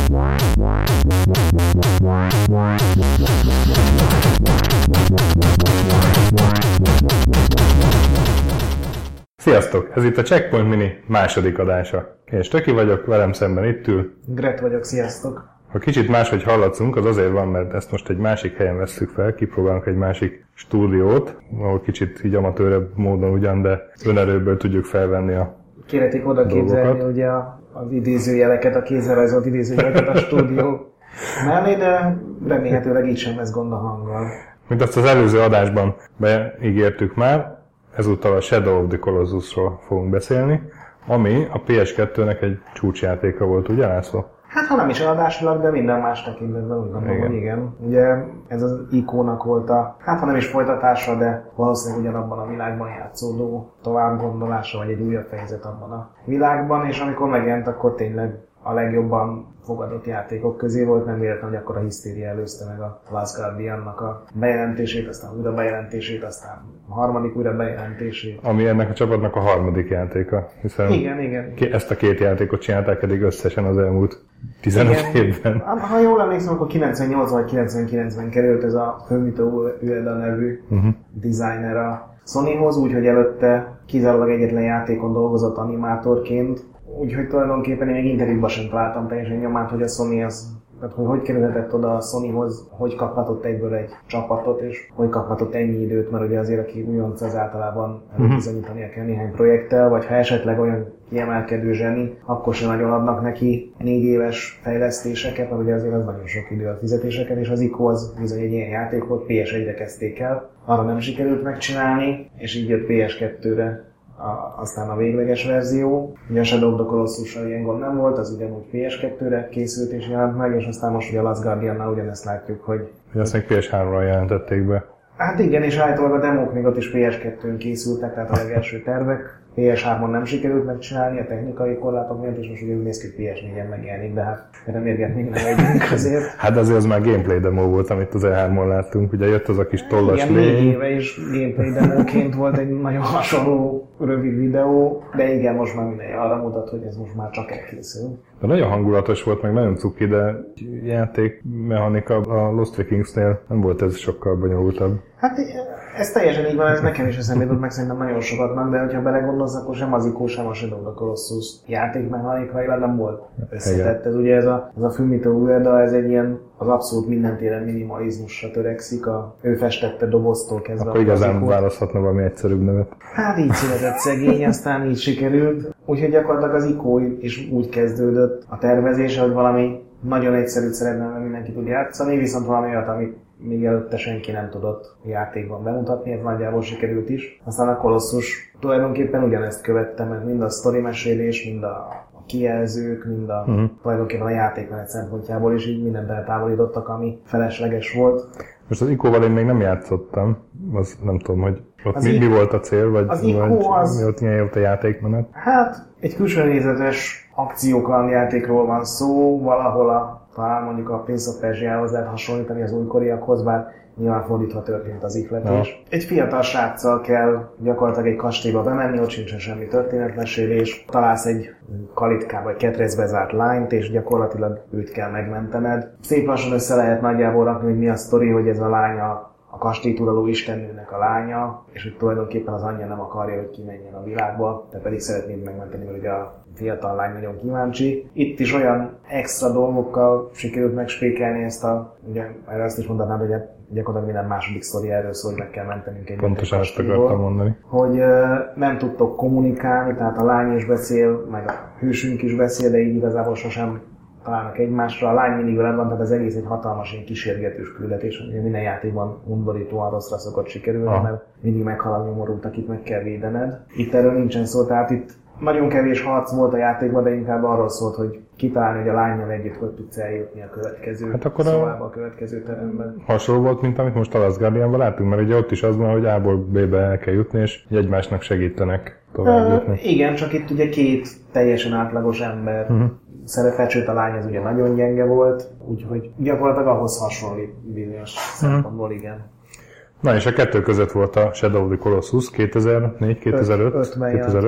Sziasztok! Ez itt a Checkpoint Mini második adása. Én Stöki vagyok, velem szemben itt ül. Gret vagyok, sziasztok! Ha kicsit máshogy hallatszunk, az azért van, mert ezt most egy másik helyen vesszük fel, kipróbálunk egy másik stúdiót, ahol kicsit így amatőrebb módon ugyan, de önerőből tudjuk felvenni a Kérhetik oda képzelni ugye az idézőjeleket, a kézzel rajzolt idézőjeleket a stúdió mellé, de remélhetőleg így sem lesz gond a hanggal. Mint azt az előző adásban beígértük már, ezúttal a Shadow of the Colossusról fogunk beszélni, ami a PS2-nek egy csúcsjátéka volt, ugye László? Hát ha nem is eladásilag, de minden más tekintetben úgy gondolom, hogy igen. Ugye ez az ICO-nak volt ha nem is folytatása, de valószínűleg ugyanabban a világban játszódó továbbgondolása, vagy egy újabb fejezet abban a világban, és amikor megjelent, akkor tényleg a legjobban fogadott játékok közé volt, nem véletlen, hogy akkor a hisztéria előzte meg a Last Guardiannak a bejelentését, aztán újra bejelentését, aztán a harmadik újra bejelentését. Ami ennek a csapatnak a harmadik játéka, hiszen igen. Ezt a két játékot csinálták eddig összesen az elmúlt 15 évben. Ha jól emlékszem, akkor 98 vagy 99-ben került ez a Fumito Ueda nevű designer a Sonyhoz, úgyhogy előtte kizárólag egyetlen játékon dolgozott animátorként. Úgyhogy tulajdonképpen én még interjúban sem találtam teljesen nyomát, hogy a Sony tehát hogy kerülhetett oda a Sonyhoz, hogy kaphatott egyből egy csapatot, és hogy kaphatott ennyi időt, mert ugye azért, aki újonc, az általában bizonyítania kell néhány projekttel, vagy ha esetleg olyan kiemelkedő zseni, akkor sem nagyon adnak neki 4 éves fejlesztéseket, mert ugye azért az nagyon sok idő a fizetéseket, és az ICO az bizony egy ilyen játék volt, PS1-re kezdték el, arra nem sikerült megcsinálni, és így jött PS2-re. Aztán a végleges verzió. Ugye a Shadow of the Colossus-sal ilyen gond nem volt, az ugyanúgy PS2-re készült és jelent meg, és aztán most ugye a Last Guardiannál ugyanezt látjuk, hogy azt még PS3-ral jelentették be. Hát igen, és állítólag a demók még ott is PS2-n készültek, tehát a legelső tervek. PS3-on nem sikerült megcsinálni a technikai korlátok miatt, és most ugye úgy néz ki, hogy PS4-en megjelenik, de hát erre mérget még nem együnk azért. Hát azért az már gameplay demo volt, amit az E3-on láttunk, ugye jött az a kis tollas lény. Igen, 4 éve is gameplay demóként volt egy nagyon hasonló rövid videó, de igen, most már minden arra mutat, hogy ez most már csak elkészül. De nagyon hangulatos volt, meg nagyon cuki, de játékmechanika a Lost Vikings-nél nem volt ez sokkal bonyolultabb. Hát ez teljesen így van, ez nekem is eszembe jutott, meg szerintem nagyon sokatnak, de hogyha belegondolsz, akkor sem az ICO, sem a Shadow of the Colossus játékmechanikailag nem volt összetett. Ez ugye ez a Fumito Ueda, ez egy ilyen az abszolút mindentéren minimalizmusra törekszik, ő festette doboztól kezdve. Akkor igazán választhatna valami egyszerűbb nevet. Hát így született szegény, aztán így sikerült. Úgyhogy gyakorlatilag az ICO is úgy kezdődött a tervezése, hogy valami nagyon egyszerűt szeretne, mert mindenki tud játszani, viszont valami olyat, amit még előtte senki nem tudott játékban bemutatni, ez nagyjából sikerült is. Aztán a Colossus tulajdonképpen ugyanezt követte, mert mind a sztori mesélés, mind a kijelzők, mind tulajdonképpen a játékmenet szempontjából is így mindent eltávolítottak, ami felesleges volt. Most az ICO-val én még nem játszottam, az nem tudom, hogy ott mi volt a cél, vagy mi ott ilyen volt a játékmenet? Hát egy külsőnézetes akciókalandjátékról van szó, valahol talán mondjuk a Prince of Persia-hoz lehet hasonlítani az újkoriakhoz, bár nyilván fordítva történt az ihletés. Egy fiatal sráccal kell gyakorlatilag egy kastélyba bemenni, ott sincsen semmi történetmesélés. Találsz egy kalitkába vagy ketrecbe zárt lányt, és gyakorlatilag őt kell megmentened. Szép lassan össze lehet nagyjából rakni, hogy mi a sztori, hogy ez a lány a kastélyt uraló istennőnek a lánya, és hogy tulajdonképpen az anyja nem akarja, hogy kimenjen a világba, de pedig szeretnéd megmenteni, mert ugye a fiatal lány nagyon kíváncsi. Itt is olyan extra dolgokkal sikerült megspékelni ugye erre azt is mondhatnád, hogy gyakorlatilag minden második sztori erről szól, hogy meg kell mentenünk egy pontosan ezt akartam mondani. Hogy nem tudtok kommunikálni, tehát a lány is beszél, meg a hősünk is beszél, de így igazából sosem találnak egymásra. A lány mindig veled van, tehát az egész egy hatalmas ilyen kísérgetős küldetés, ugye minden játékban undorítóan rosszra szokott sikerülni, mert mindig meghal a nyomorult, akit meg kell védened. Itt erről nincsen szó, tehát itt nagyon kevés harc volt a játékban, de inkább arról szólt, hogy kitalálni, hogy a lánnyal együtt hogy tudsz eljutni a következő szobába, a következő teremben. Hasonló volt, mint amit most a Last Guardianban látunk, mert ugye ott is az van, hogy A-ból B-be el kell jutni, és egymásnak segítenek tovább jutni. Igen, csak itt ugye két teljesen átlagos ember szerepel, sőt a lány az ugye nagyon gyenge volt, úgyhogy gyakorlatilag ahhoz hasonlít bizonyos szempontból, igen. Na és a kettő között volt a Shadow of the Colossus 2004-2005.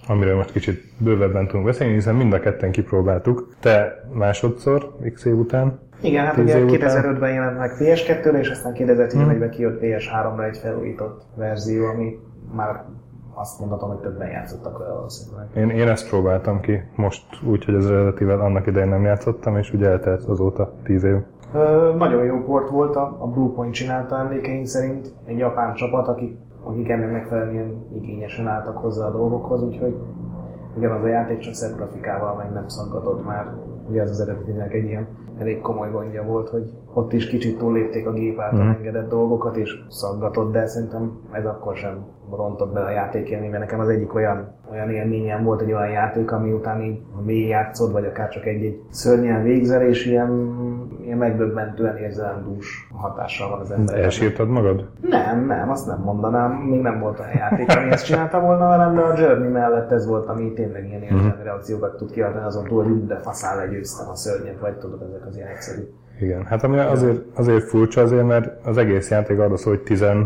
amiről most kicsit bővebben tudunk beszélni, hiszen mind a ketten kipróbáltuk. Te másodszor, x év után. Igen, hát ugye 2005-ben jelent meg PS2-re, és aztán 2011-ben kijött PS3-ra egy felújított verzió, ami már azt mondhatom, hogy többen játszottak vele valószínűleg. Én ezt próbáltam ki most, úgyhogy az eredetivel annak idején nem játszottam, és ugye eltelt azóta 10 év. Nagyon jó port volt, a Bluepoint csinálta emlékeink szerint, egy japán csapat, akik ennek megfelelően igényesen álltak hozzá a dolgokhoz, úgyhogy ugyanaz a játék csak szebb grafikával meg nem szaggatott már. Ugye az eredetinek egy ilyen elég komoly gondja volt, hogy ott is kicsit túllépték a gép által engedett dolgokat, és szaggatott, de szerintem ez akkor sem rontott be a játékélményben. Nekem az egyik olyan élményem volt, egy olyan játék, ami után így végigjátszod, vagy akár csak egy szörnyen végzel, és ilyen megdöbbentően érzelemdús hatással van az ember. Elsírtad magad? Nem, azt nem mondanám. Még nem volt olyan játék, ami ezt csinálta volna velem, de a Journey mellett ez volt, ami tényleg ilyen érzelmi reakciókat tud kiadni, azon túl, hogy de faszán legyőztem a szörnyet, vagy tudod, ezek az ilyen egyszerű. Igen, hát ami azért furcsa azért, mert az egész játék arra szól, hogy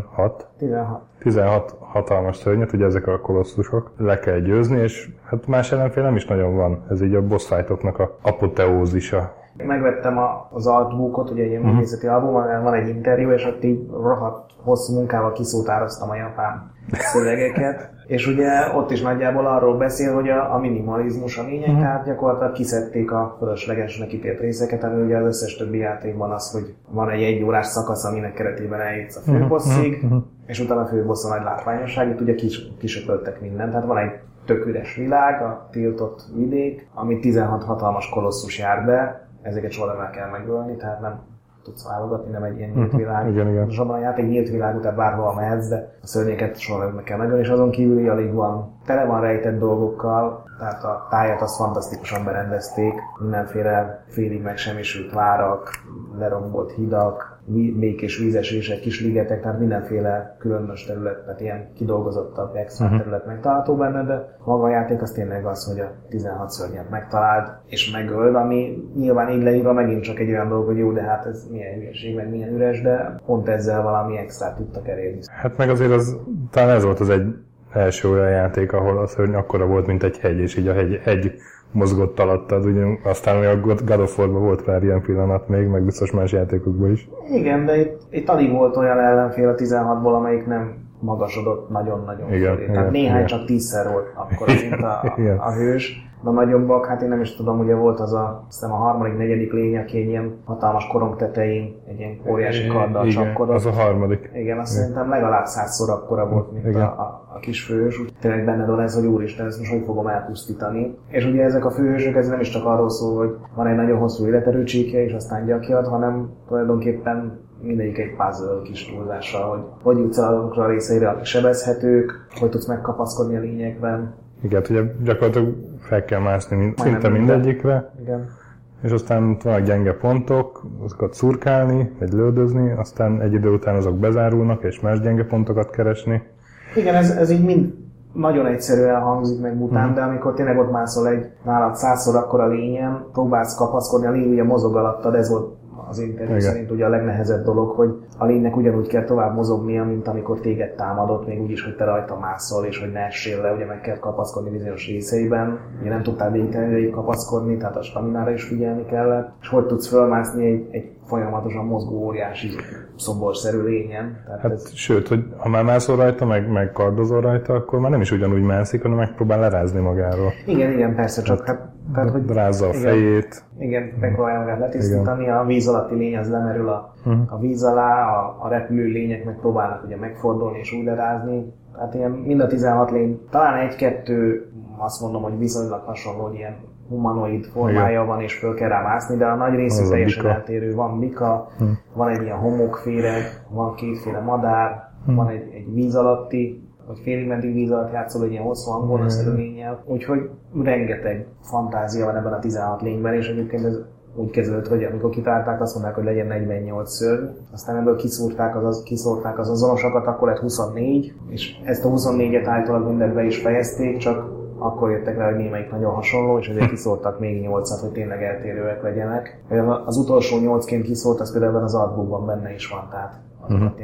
16 hatalmas szörnyet, ugye ezek a kolosszusok, le kell győzni, és hát más ellenfél nem is nagyon van. Ez így a boss fightoknak a apoteózisa. Megvettem az artbookot, ugye egy ilyen művészeti albumon, van egy interjú, és ott így rohadt hosszú munkával kiszótároztam a japán szövegeket, és ugye ott is nagyjából arról beszél, hogy a minimalizmus a lényeg, tehát gyakorlatilag kiszedték a fölösleges nekitért részeket, ami ugye az összes többi játékban az, hogy van egy órás szakasz, aminek keretében eljutsz a főbosszig, és utána a főbossz a nagy látványosság, itt ugye kisöpöltek mindent, tehát van egy tök üres világ, a tiltott vidék, amit 16 hatalmas kolosszus jár be, ezeket soha nem kell megölni, tehát nem tudsz válogatni, nem egy ilyen nyílt világ. Igen. Zsabban a játék nyílt világ, tehát bárhol mehetsz, de a szörnyeket soha nem kell megölni, és azon kívül alig van. Tele van rejtett dolgokkal, tehát a tájat azt fantasztikusan berendezték, mindenféle félig megsemmisült várak, lerombolt hidak, mély és vízesések, kis ligetek, tehát mindenféle különös terület, tehát ilyen kidolgozottabb extra terület megtalálható benne, de maga a játék az tényleg az, hogy a 16 szörnyet megtaláld és megöld, ami nyilván így leírva megint csak egy olyan dolog, hogy jó, de hát ez milyen hülyeség, meg milyen üres, de pont ezzel valami extrát tudtak elérni. Hát meg azért talán ez volt az egy első olyan játék, ahol a szörny akkora volt, mint egy hegy, és így a hegy mozgott alattad, ugye aztán a God of War-ban volt már ilyen pillanat még, meg biztos más játékokban is. Igen, de itt alig volt olyan ellenfél a 16-ból, amelyik nem magasodott nagyon-nagyon fölé. Tehát néhány csak 10-szer volt akkor, mint a hős. A nagyobbak, hát én nem is tudom, ugye volt az a harmadik, negyedik lény, aki egy ilyen hatalmas korong tetején, egy ilyen óriási karddal csapkodott. Az a harmadik. Igen, azt szerintem legalább 100-szor akkora volt, mint a kis főhős. Úgy tényleg benned van ez, hogy úristen, ezt most hogy fogom elpusztítani. És ugye ezek a főhősök, ez nem is csak arról szól, hogy van egy nagyon hosszú életerőcsíkje, és aztán gyakjad, hanem tulajdonképpen mindegyik egy puzzle kis túlzással, hogy jutsz el azokra a részeire, amik sebezhetők, hogy tudsz megkapaszkodni a lényekben. Igen, ugye gyakorlatilag fel kell mászni szinte mindegyikre. Igen. És aztán vannak gyenge pontok, azokat szurkálni, vagy lődözni, aztán egy idő után azok bezárulnak, és más gyenge pontokat keresni. Igen, ez így mind nagyon egyszerűen hangzik meg után, de amikor tényleg ott mászol egy nálad 100-szor akkora lényen, próbálsz kapaszkodni, a lény ugye mozog alattad, ez volt az interjú szerint ugye a legnehezebb dolog, hogy a lénynek ugyanúgy kell tovább mozognia, mint amikor téged támadott, még úgyis, hogy te rajta mászol, és hogy ne essél le, ugye meg kell kapaszkodni bizonyos részeiben. Ugye nem tudtál végtelen ideig kapaszkodni, tehát a staminára is figyelni kellett. És hogy tudsz fölmászni egy folyamatosan mozgó óriási szoborszerű lényen. Hát sőt, hogy ha már mászol rajta, meg kardozol rajta, akkor már nem is ugyanúgy mászik, hanem megpróbál lerázni magáról. Igen, persze, csak tehát, hogy rázza a fejét. Igen, megpróbálja magát letisztítani, a víz alatti lény az lemerül a víz alá, a repülő lények meg próbálnak ugye megfordulni és úgy lerázni. Tehát ilyen mind a 16 lény, talán egy-kettő azt mondom, hogy viszonylag hasonló, hogy ilyen humanoid formája van és föl kell rá mászni, de a nagy részük teljesen eltérő. Van bika, van egy ilyen homokféreg, van kétféle madár, van egy víz alatti, vagy félig meddig víz alatt játszol egy ilyen hosszú angolszerű lénnyel. Úgyhogy rengeteg fantázia van ebben a 16 lényben, és egyébként ez úgy kezdődött, hogy amikor kitalálták, azt mondták, hogy legyen 48 szörny, aztán ebből kiszórták az azonosokat, akkor lett 24, és ezt a 24-et állítólag mindent be is fejezték, csak akkor jöttek rá, hogy némelyik nagyon hasonló, és azért kiszórtak még 8-at, hogy tényleg eltérőek legyenek. Az utolsó 8-ként kiszórt, az például az artbookban benne is van, tehát azokat tényleg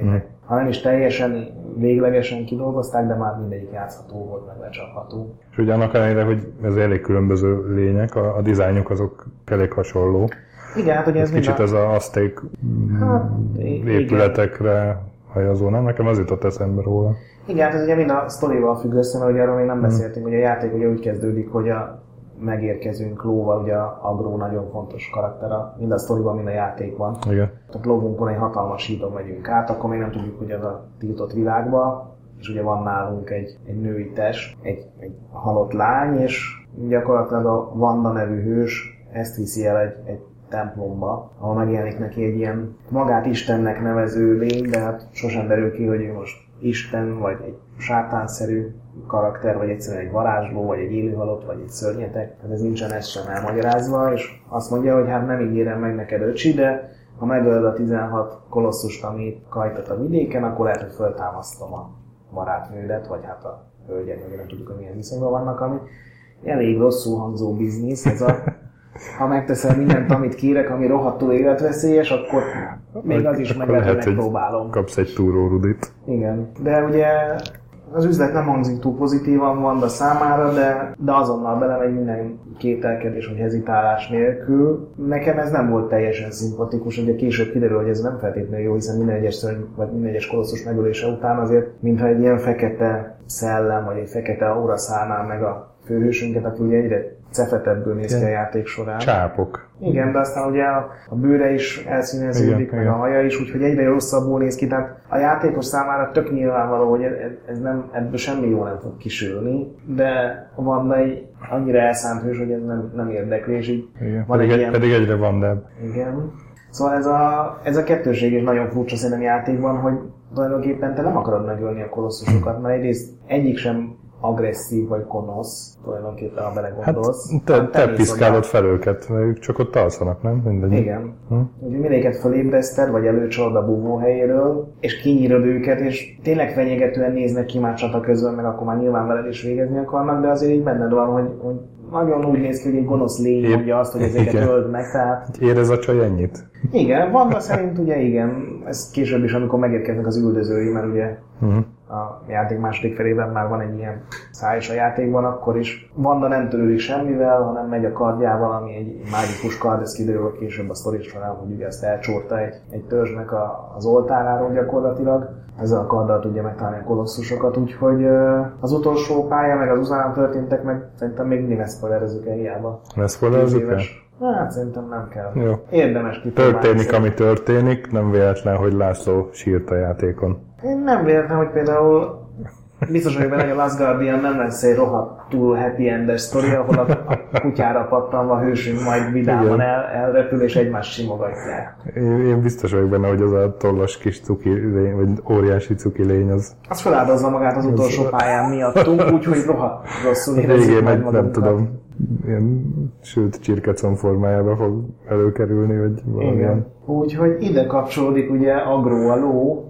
ha nem is teljesen véglegesen kidolgozták, de már mindegyik játszható volt, meg lecsapható. És ugye annak ellenére, hogy ez elég különböző lények, a dizájnjuk azok elég hasonló. Igen, hát ugye ez kicsit ez az azték épületekre hajazó, nem? Nekem az jutott eszembe róla. Igen, hát ez ugye mind a sztorival függ össze, mert ugye arról még nem beszéltünk, hogy a játék ugye úgy kezdődik, hogy megérkezünk lóval, ugye a Gró nagyon fontos karakter, mind a sztoriban, mind a játékban. Igen. Tehát lovunkon egy hatalmas hídon megyünk át, akkor még nem tudjuk, hogy az a tiltott világba, és ugye van nálunk egy női test, egy halott lány, és gyakorlatilag a Wanda nevű hős ezt viszi el egy templomba, ahol megjelenik neki egy ilyen magát Istennek nevező lény, de hát sosem derül ki, hogy ő most Isten, vagy egy sátánszerű karakter, vagy egyszerűen egy varázsló, vagy egy élőhalott, vagy egy szörnyetek. Tehát ez nincsen ez sem elmagyarázva, és azt mondja, hogy hát nem ígérem meg neked, öcsi, de ha megölöd a 16 kolosszust, ami kajtat a vidéken, akkor lehet, hogy föltámasztom a barátnődet, vagy hát a hölgyet, vagy nem tudjuk, hogy milyen viszonyban vannak, ami elég rosszul hangzó biznisz, ez a ha megteszel mindent, amit kérek, ami rohadtul életveszélyes, akkor még az is meg lehet, hogy megpróbálom. Kapsz egy túrórudit. Igen, de ugye az üzlet nem hangzik túl pozitívan Wanda számára, de azonnal belemegy minden kételkedés vagy hezitálás nélkül. Nekem ez nem volt teljesen szimpatikus, ugye később kiderül, hogy ez nem feltétlenül jó, hiszen minden egyes szörny, vagy minden egyes kolosszus megölése után azért, mintha egy ilyen fekete szellem, vagy egy fekete aura szállná meg a főhősünket, aki ugye egyre cefetebből néz ki a játék során. Csápok. Igen, de aztán ugye a bőre is elszíneződik, meg a haja is, úgyhogy egyre rosszabbul néz ki. Tehát a játékos számára tök nyilvánvaló, hogy ez nem, ebből semmi jó nem fog kisülni, de van egy annyira elszánt hős, hogy ez nem érdekli, és így igen, van pedig egyre van, de... Igen. Szóval ez a kettőség is nagyon furcsa szerintem játékban, hogy tulajdonképpen te nem akarod megölni a kolosszusokat, mert egyrészt egyik sem agresszív vagy gonosz, tulajdonképpen, ha belegondolsz. Hát te piszkálod fel őket, mert ők csak ott alszanak, nem? Mindegy. Igen. Úgyhogy mindegyiket fölébreszted, vagy előcsalod a búvóhelyéről, és kinyírod őket, és tényleg fenyegetően néznek ki már csata közben, meg akkor már nyilván veled is végezni akarnak, de azért így benned van, hogy nagyon úgy néz ki, hogy egy gonosz lény mondja azt, hogy ezeket öld meg, tehát... Érez a csaj ennyit? Igen, Wanda szerint ugye igen, ez később is, amikor megérkeznek az üldözői, mert ugye a játék második felében már van egy ilyen szájs a játékban, akkor is Wanda nem törődik semmivel, hanem megy a kardjával, ami egy mágikus kard, ez kiderül később a sztori során, hogy ugye ezt elcsórta egy törzsnek az oltáráról gyakorlatilag. Ezzel a karddal tudja megtalálni a kolosszusokat, úgyhogy az utolsó pálya, meg az után történtek, meg szerintem még mindig ne spoilerezzük el hiába. Ne spoilerezzük el? Hát szerintem nem kell. Jó. Érdemes kipróbálni. Történik, ami történik, nem véletlen, hogy László sírt a játékon. Én nem véletlen, hogy például biztos vagyok benne, hogy a Last Guardian nem lesz egy rohadtul happy endes sztori, ahol a kutyára pattanva a hősünk majd vidáman elrepül és egymást simogatják. Én biztos vagyok benne, hogy az a tollas kis cuki lény, vagy óriási cuki lény az... Az feláldozza magát az utolsó pályán miattunk, úgyhogy rohadt rosszul érezzük majd magunkat. Nem tudom, ilyen sült csirkecon formájába fog előkerülni, vagy valamilyen. Úgyhogy ide kapcsolódik ugye a Gró a ló,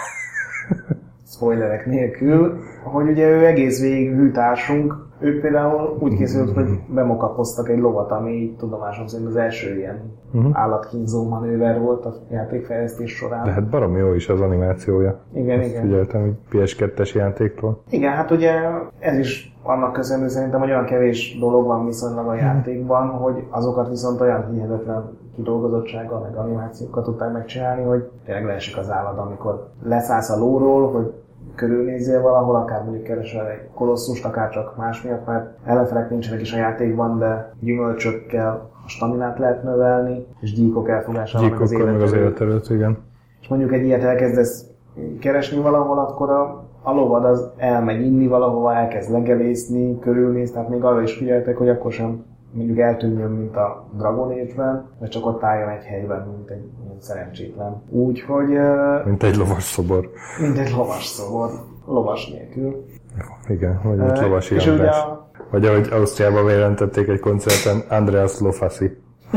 spoilerek nélkül, hogy ugye ő egész végig hűtársunk, ő például úgy készült, hogy bemokapoztak egy lovat, ami tudomásom szerint az első ilyen állatkínzó manőver volt a játékfejlesztés során. De hát baromi jó is az animációja. Igen. Figyeltem, hogy PS2-es játéktól. Igen, hát ugye ez is annak köszönhető szerintem, hogy olyan kevés dolog van viszonylag a játékban, hogy azokat viszont olyan hihetetlen kidolgozottsággal, meg animációkat tudták megcsinálni, hogy tényleg leesik az állad, amikor leszállsz a lóról, hogy körülnézzél valahol, akár mondjuk keresel egy kolosszust, akár csak más miatt, mert ellenfelek nincsenek is a játékban, de gyümölcsökkel a staminát lehet növelni, és gyíkok elfogásával meg az életerőt, igen. És mondjuk egy ilyet elkezdesz keresni valahol, akkor a lovad az elmegy inni valahova, elkezd legelészni, körülnéz, tehát még arra is figyeltek, hogy akkor sem mondjuk eltűnjön, mint a Dragon Age-ben, vagy csak ott álljon egy helyben, mint egy szerencsétlen. Úgyhogy... Mint egy lovas szobor. Mint egy lovas szobor. Lovas nélkül. Igen, vagy egy lovasi András. Vagy ahogy Ausztriában bejelentették egy koncerten, Andreas Lofasi.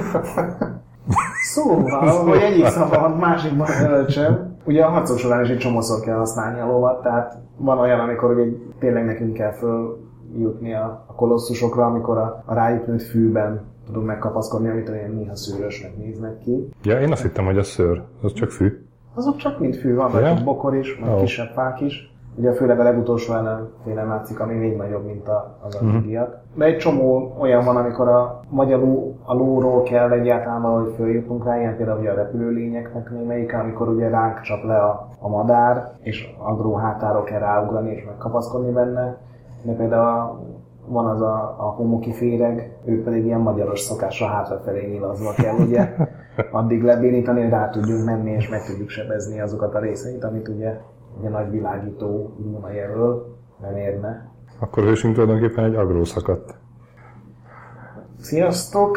Szóval, hogy egyik szabad, másikban öltsem. Ugye a harcok során is egy csomószor kell használni a lovat, tehát van olyan, amikor ugye tényleg nekünk kell följutni a kolosszusokra, amikor a rájuk nőtt fűben tudunk megkapaszkodni, amit olyan néha szőrösnek néznek ki. Ja, én azt hittem, hogy a szőr, az csak fű. Azok csak mind fű, van rajta bokor is, meg kisebb fák is. Ugye főleg a legutolsó ellenfélen látszik, ami még nagyobb, mint az addigiak. De egy csomó olyan van, amikor vagy a lóról kell egyáltalán valahogy följutnunk rá, ilyen például ugye a repülőlényeknek némelyik, amikor ugye ránk csap le a madár, és agró hátáról kell ráugrani és megkapaszkodni benne. De például van az a homoki féreg, ő pedig ilyen magyaros szokásra hátrafelé nyilazva kell ugye addig lebénítani, hogy rá tudjunk menni és meg tudjuk sebezni azokat a részeit, amit ugye nagy világító Luna jelöl, nem érne. Akkor hősünk tulajdonképpen egy agró szakadt. Sziasztok!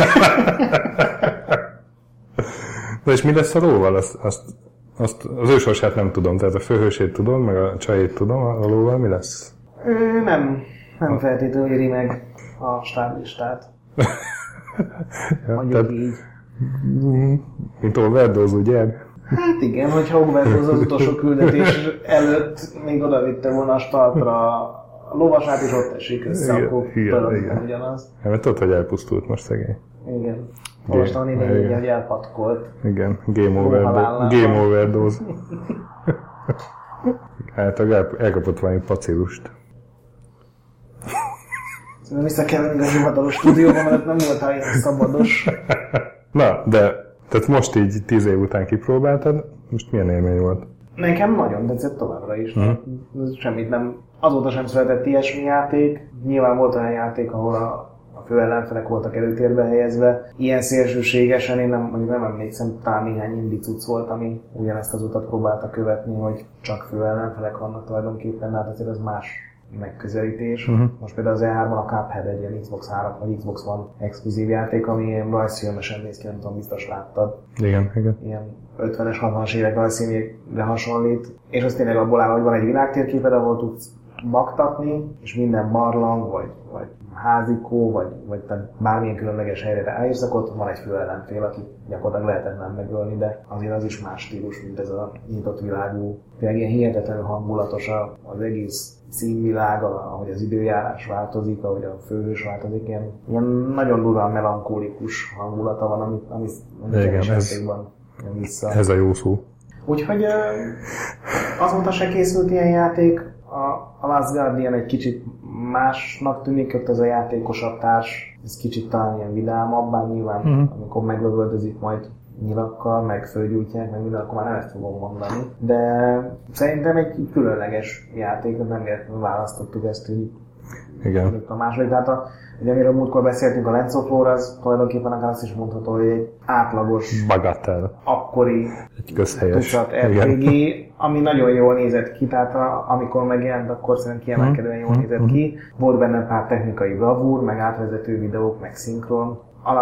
De és mi lesz a lóval? Azt az ő sorsát nem tudom, tehát a főhősét tudom, meg a csajét tudom, a lóval mi lesz? Ő nem feltétlenül éri meg a stáblistát. Mondjuk így. Mint overdose, ugye? Hát igen, hogyha overdose az utolsó küldetés előtt még oda vitte volna a startra a lovasát, és ott esik össze, akkor talán ugyanaz. Mert tudod, hogy elpusztult most szegény. Igen. Olvastam négy, hogy elpatkolt. Igen, game overdose. Hát elkapott valami pacillust. Szerintem vissza kell menni a hivatalos stúdióban, mert nem voltál ilyen szabados. Na, de tehát most így 10 év után kipróbáltad, most milyen élmény volt? Nekem nagyon tetszett továbbra is. Semmit nem. Azóta sem született ilyesmi játék. Nyilván volt olyan játék, ahol a fő ellenfelek voltak előtérbe helyezve. Ilyen szélsőségesen én nem emlékszem, talán néhány indie cucc volt, ami ugyanezt az utat próbálta követni, hogy csak fő ellenfelek vannak tulajdonképpen, de hát azért ez más megközelítés. Most például az E3-ban a Cuphead egy ilyen Xbox 3 vagy Xbox One exkluzív játék, ami ilyen rajzfilmesen néz ki, nem tudom, biztos láttad. Igen. Ilyen 50-es, 60-as évek rajzfilmjére hasonlít, és az tényleg abból áll, hogy van egy világtérképed, ahol tudsz baktatni, és minden barlang, vagy házikó, vagy bármilyen különleges helyre ráérsz, akkor van egy fő ellenfél, akit gyakorlatilag lehetetlen megölni, de azért az is más stílus, mint ez a nyitott világú. Tényleg ilyen hihetetlenül hangulatos az egész színvilág, ahogy az időjárás változik, ahogy a főhős változik, ilyen nagyon durván melankólikus hangulata van, ami kevés játékban jön vissza. Ez a jó szó. Úgyhogy azóta se készült ilyen játék. A Last Guardian egy kicsit másnak tűnik, ott ez a játékosabb társ, ez kicsit talán ilyen vidámabb, bár nyilván amikor meglövöldözik majd nyilakkal, meg fölgyújtják, meg minden, akkor már nem ezt fogom mondani. De szerintem egy különleges játék, nem értem, választottuk ezt, hogy igen. A második. Tehát ugye amiről múltkor beszéltünk, a Lens of Lore, az tulajdonképpen akár azt is mondható, hogy egy átlagos, bagatel, akkori tucat RPG, ami nagyon jól nézett ki, tehát amikor megjelent, akkor szerintem kiemelkedően jól nézett ki. Volt benne pár technikai bravúr, meg átvezető videók, meg szinkron.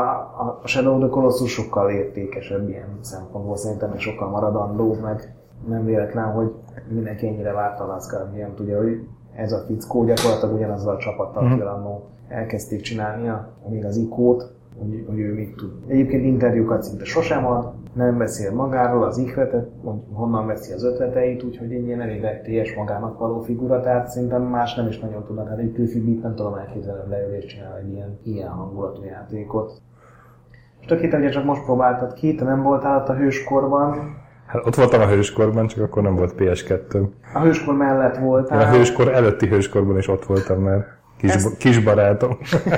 A Shadow of the Colossus sokkal értékesebb ilyen szempontból, szerintem meg sokkal maradandó, meg nem véletlen, hogy mindenki ennyire várta a Last Guardian-t, ugye, hogy ez a fickó gyakorlatilag ugyanazzal a csapattal, akivel annó elkezdték csinálni még az ICO-t, hogy ő mit tud. Egyébként interjúkat szinte sosem ad, nem beszél magáról, az ihletet, honnan veszi az ötleteit, úgyhogy egy ilyen elég rektélyes magának való figura, tehát szerintem más nem is nagyon tudnak. Hát egy Cliffy-Beat nem tudom elképzelni, hogy leül és csinál egy ilyen hangulatú játékot. És tök héten ugye csak most próbáltad ki, te nem voltál ott a hőskorban. Hát ott voltam a hőskorban, csak akkor nem volt PS2. A hőskor mellett voltál. Én a hőskor előtti hőskorban is ott voltam, mert kis barátom.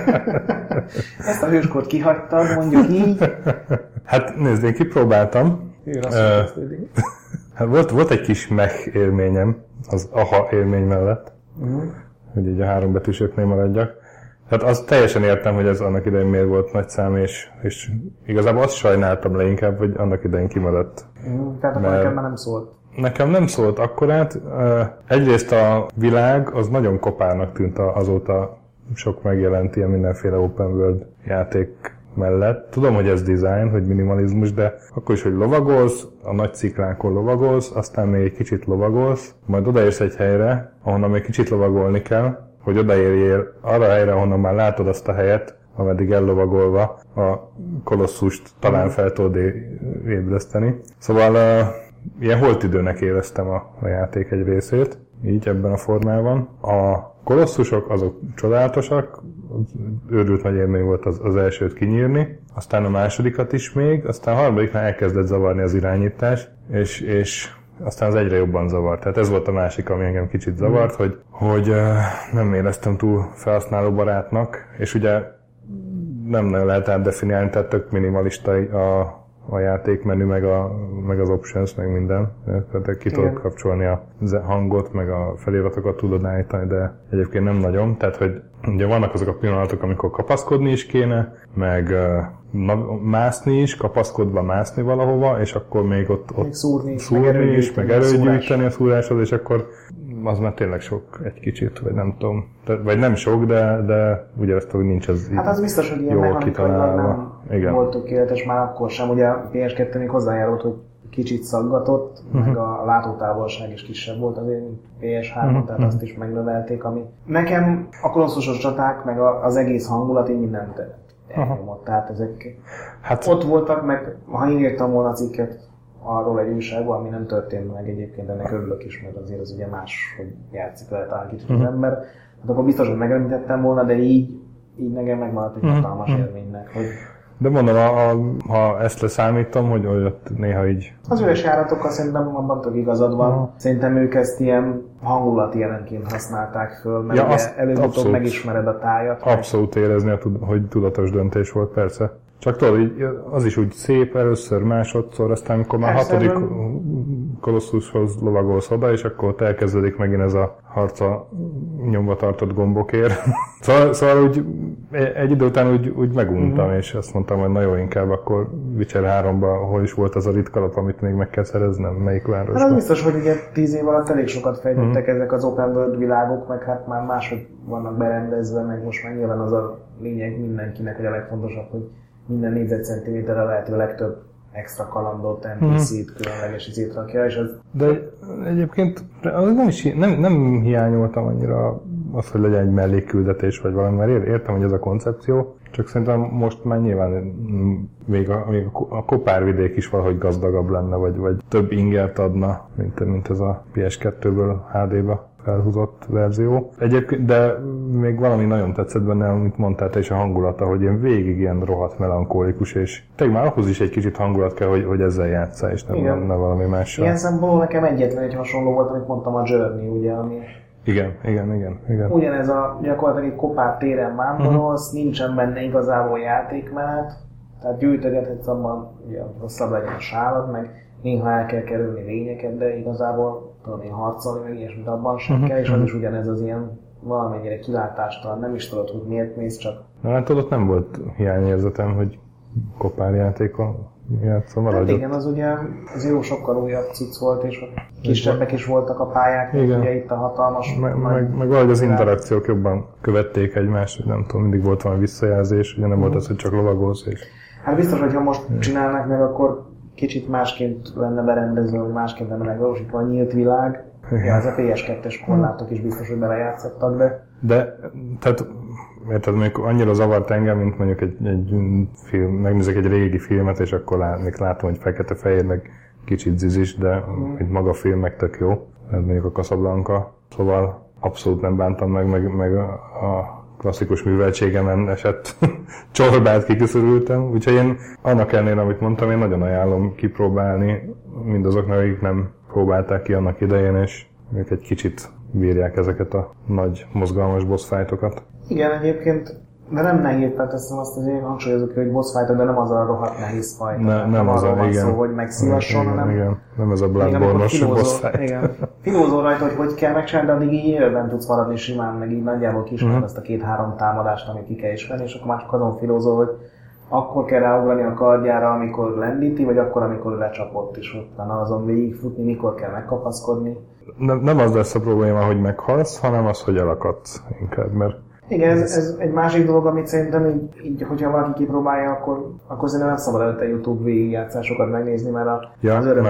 Ezt a hőskort kihagytad, mondjuk így. Hát nézd, én kipróbáltam. Hát volt egy kis mech élményem, az aha élmény mellett, hogy így a 3 betűsöknél maradjak. Tehát azt teljesen értem, hogy ez annak idején miért volt nagy szám, és igazából azt sajnáltam le inkább, hogy annak idején kimaradt. Tehát akkor nekem már nem szólt. Nekem nem szólt akkorát. Egyrészt a világ az nagyon kopárnak tűnt azóta sok megjelent ilyen mindenféle open world játék mellett. Tudom, hogy ez design, hogy minimalizmus, de akkor is, hogy lovagolsz, a nagy sziklákon lovagolsz, aztán még egy kicsit lovagolsz, majd odaérsz egy helyre, ahonnan még kicsit lovagolni kell, hogy odaérjél arra a helyre, ahonnan már látod azt a helyet, ameddig ellovagolva a kolosszust talán fel tudod ébreszteni. Szóval ilyen holtidőnek éreztem a játék egy részét, így ebben a formában. A kolosszusok azok csodálatosak, őrült nagy élmény volt az elsőt kinyírni, aztán a másodikat is még, aztán a harmadiknál elkezdett zavarni az irányítás, és aztán az egyre jobban zavart. Tehát ez volt a másik, ami engem kicsit zavart, hogy nem éreztem túl felhasználóbarátnak, és ugye nem nagyon lehet átdefiniálni, tehát tök minimalista a játékmenü, meg az options, meg minden. Tehát ki tudod kapcsolni a hangot, meg a feliratokat tudod állítani, de egyébként nem nagyon. Tehát, hogy ugye vannak azok a pillanatok, amikor kapaszkodni is kéne, meg mászni is, kapaszkodva mászni valahova, és akkor még ott szúrni is, meg erőt gyűjteni a szúráshoz, és akkor az már tényleg sok egy kicsit, vagy nem tudom. Vagy nem sok, de úgy éreztem, hogy nincs az hát az biztos, hogy ilyen mechanikailag nem volt tökéletes már akkor sem. Ugye a PS2 még hozzájárult, hogy kicsit szaggatott, meg a látótávolság is kisebb volt azért, mint PS3, tehát azt is megnövelték, ami nekem a kolosszusos csaták, meg az egész hangulat így mindent elnyomott. Tehát ezek ott voltak, meg ha én írtam volna a cikket arról egy újságban, ami nem történt meg egyébként, ennek örülök is, mert azért az ugye más, hogy játszik vele talán kicsit az ember. Hát akkor biztos, hogy megemlítettem volna, de így nekem megmaradt egy hatalmas élménynek, hogy de mondom, ha ezt leszámítom, hogy ott néha így... Az üres járatokkal szerintem abban tök igazad van. Szerintem ők ezt ilyen hangulati jelenként használták föl, mert előbb-utóbb megismered a tájat. Abszolút érezni, hogy tudatos döntés volt, persze. Csak tudod, az is úgy szép először, másodszor, aztán amikor már hatodik kolosszushoz lovagolsz oda, és akkor ott elkezdődik megint ez a harca nyomva tartott gombokért. szóval úgy egy idő után úgy meguntam, és azt mondtam, hogy na jó, inkább akkor Witcher 3-ban hol is volt az a ritkalap, amit még meg kell szereznem, melyik városban. Hát az biztos, hogy ugye 10 év alatt elég sokat fejlődtek ezek az open world világok, meg hát már máshogy vannak berendezve, meg most már nyilván az a lényeg mindenkinek, hogy a legfontosabb, hogy minden négyzetcentiméterre lehető legtöbb extra kalandot, NPC-t, különleges izét rakja, és az... De egyébként nem hiányoltam annyira az, hogy legyen egy mellékküldetés vagy valami, mert értem, hogy ez a koncepció, csak szerintem most már nyilván még a kopárvidék is valahogy gazdagabb lenne, vagy több ingert adna, mint ez a PS2-ből HD-ba felhúzott verzió. Egyébként, de még valami nagyon tetszett benne, amit mondtál te is, a hangulata, hogy én végig ilyen rohadt melankólikus, és tényleg már ahhoz is egy kicsit hangulat kell, hogy ezzel játsszál, és nem valami mással. Ilyen szempontból nekem egyetlen egy hasonló volt, amit mondtam, a Journey, ugye, ami... Igen. Ugyanez a gyakorlatilag egy kopár téren vándorolsz, nincsen benne igazából játékmenet, tehát gyűjtögethetsz abban, ugye rosszabb legyen a sálad, meg néha el kell kerülni lényeket, de igazából tudod én harcolni, meg ilyesmit abban sem kell, és az is ugyanez az ilyen valamennyire kilátástalan, nem is tudod, hogy miért mész, csak... Na hát ott nem volt hiányérzetem, hogy kopárjátékon játszom hát igen, az ugye az jó sokkal újabb cucc volt, és kisebbek is voltak a pályák, mint ugye itt a hatalmas... Meg valahogy az interakciók jobban követték egymást, nem tudom, mindig volt valami visszajelzés, ugye nem volt az, hogy csak lovagolsz és... Hát biztos, hogy ha most csinálnak meg, akkor kicsit másként lenne berendezve, vagy másként lenne megvalósítva a nyílt világ. Ja, az a PS2-es korlátok is biztos, hogy belejátszottak, de... De, tehát, érted, mondjuk annyira zavart engem, mint mondjuk egy film, megnézek egy régi filmet, és akkor még látom, hogy fekete-fehér, meg kicsit zizis, de mint maga a film meg tök jó. Ez mondjuk a Casablanca, szóval abszolút nem bántam meg a klasszikus műveltségemen esett csorbát kiküszörültem, úgyhogy én annak ellenére, amit mondtam, én nagyon ajánlom kipróbálni mindazoknak, akik nem próbálták ki annak idején, és ők egy kicsit bírják ezeket a nagy, mozgalmas boss fightokat. Igen, egyébként, de nem nehéz, tehát ezt azért hangsúlyozok, hogy boss fightok, de nem az a rohadt nehéz fight. Nem az arról van szó, hogy megszívasson, hanem... Igen, nem ez a Bloodborne-os boss fight. Igen, filózol rajta, hogy kell megcsinálni, de addig így élőben tudsz maradni simán, meg így nagyjából kismerd azt a 2-3 támadást, amit ki kell ismerni, és akkor már csak azon filózol, hogy akkor kell ráugrani a kardjára, amikor lendíti, vagy akkor, amikor lecsapott, és utána azon végigfutni, mikor kell megkapaszkodni. Nem az lesz a probléma, hogy meghalsz, hanem az, hogy elakadsz inkább, mert... Igen, ez egy másik dolog, amit szerintem így hogyha valaki kipróbálja, akkor szerintem nem szabad előtte YouTube végigjátszásokat megnézni, mert az örök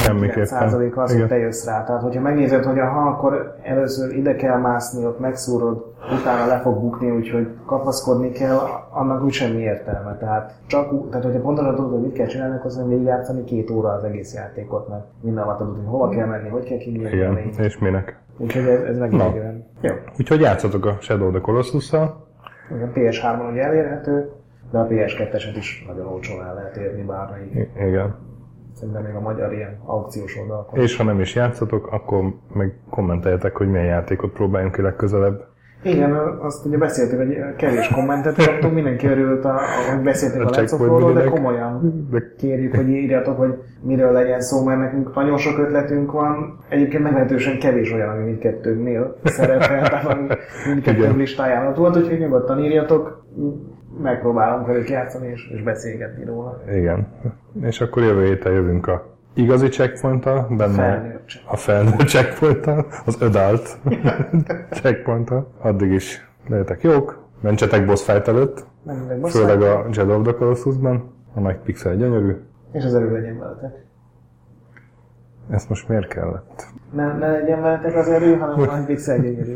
99%-a az, hogy te jössz rá. Tehát, hogyha megnézed, hogy akkor először ide kell mászni, ott megszúrod, utána le fog bukni, úgyhogy kapaszkodni kell, annak úgy semmi értelme. Tehát hogyha pontosan tudod, hogy mit kell csinálni, akkor szerintem végigjátszani 2 óra az egész játékot, mert mindenhol tudod, hogy hova kell menni, hogy kell kinyírni. Igen, és minek. Úgyhogy ez megint jó. Úgyhogy játszatok a Shadow of the Colossus-szal. Igen, PS3-on ugye elérhető, de a PS2-eset is nagyon olcsón el lehet érni bármelyik. Igen. Szerintem még a magyar ilyen aukciós oldalakon. És ha nem is játszatok, akkor meg kommenteljetek, hogy milyen játékot próbáljunk ki legközelebb. Igen, azt ugye beszéltük, hogy kevés kommentet kaptunk, mindenki örült, hogy beszéltünk a Let's of de komolyan kérjük, hogy írjatok, hogy miről legyen szó, mert nekünk nagyon sok ötletünk van. Egyébként meglehetősen kevés olyan, ami mindkettőnknél szerepel, tehát ami mindkettőnk listáján ott volt, úgyhogy nyugodtan írjatok, megpróbálunk velük játszani és beszélgetni róla. Igen, és akkor jövő héten jövünk a igazi checkpointtal, benne a felnőtt checkpointtal, az adult checkpointtal. Addig is legyetek jók, mentsetek boss fight előtt, főleg a Shadow of the Colossusban, a nagy pixel gyönyörű. És az erő legyen veletek. Ezt most miért kellett? Ne legyen veletek az erő, hanem a nagy pixel gyönyörű.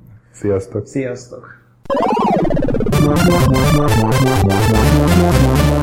Sziasztok! Sziasztok!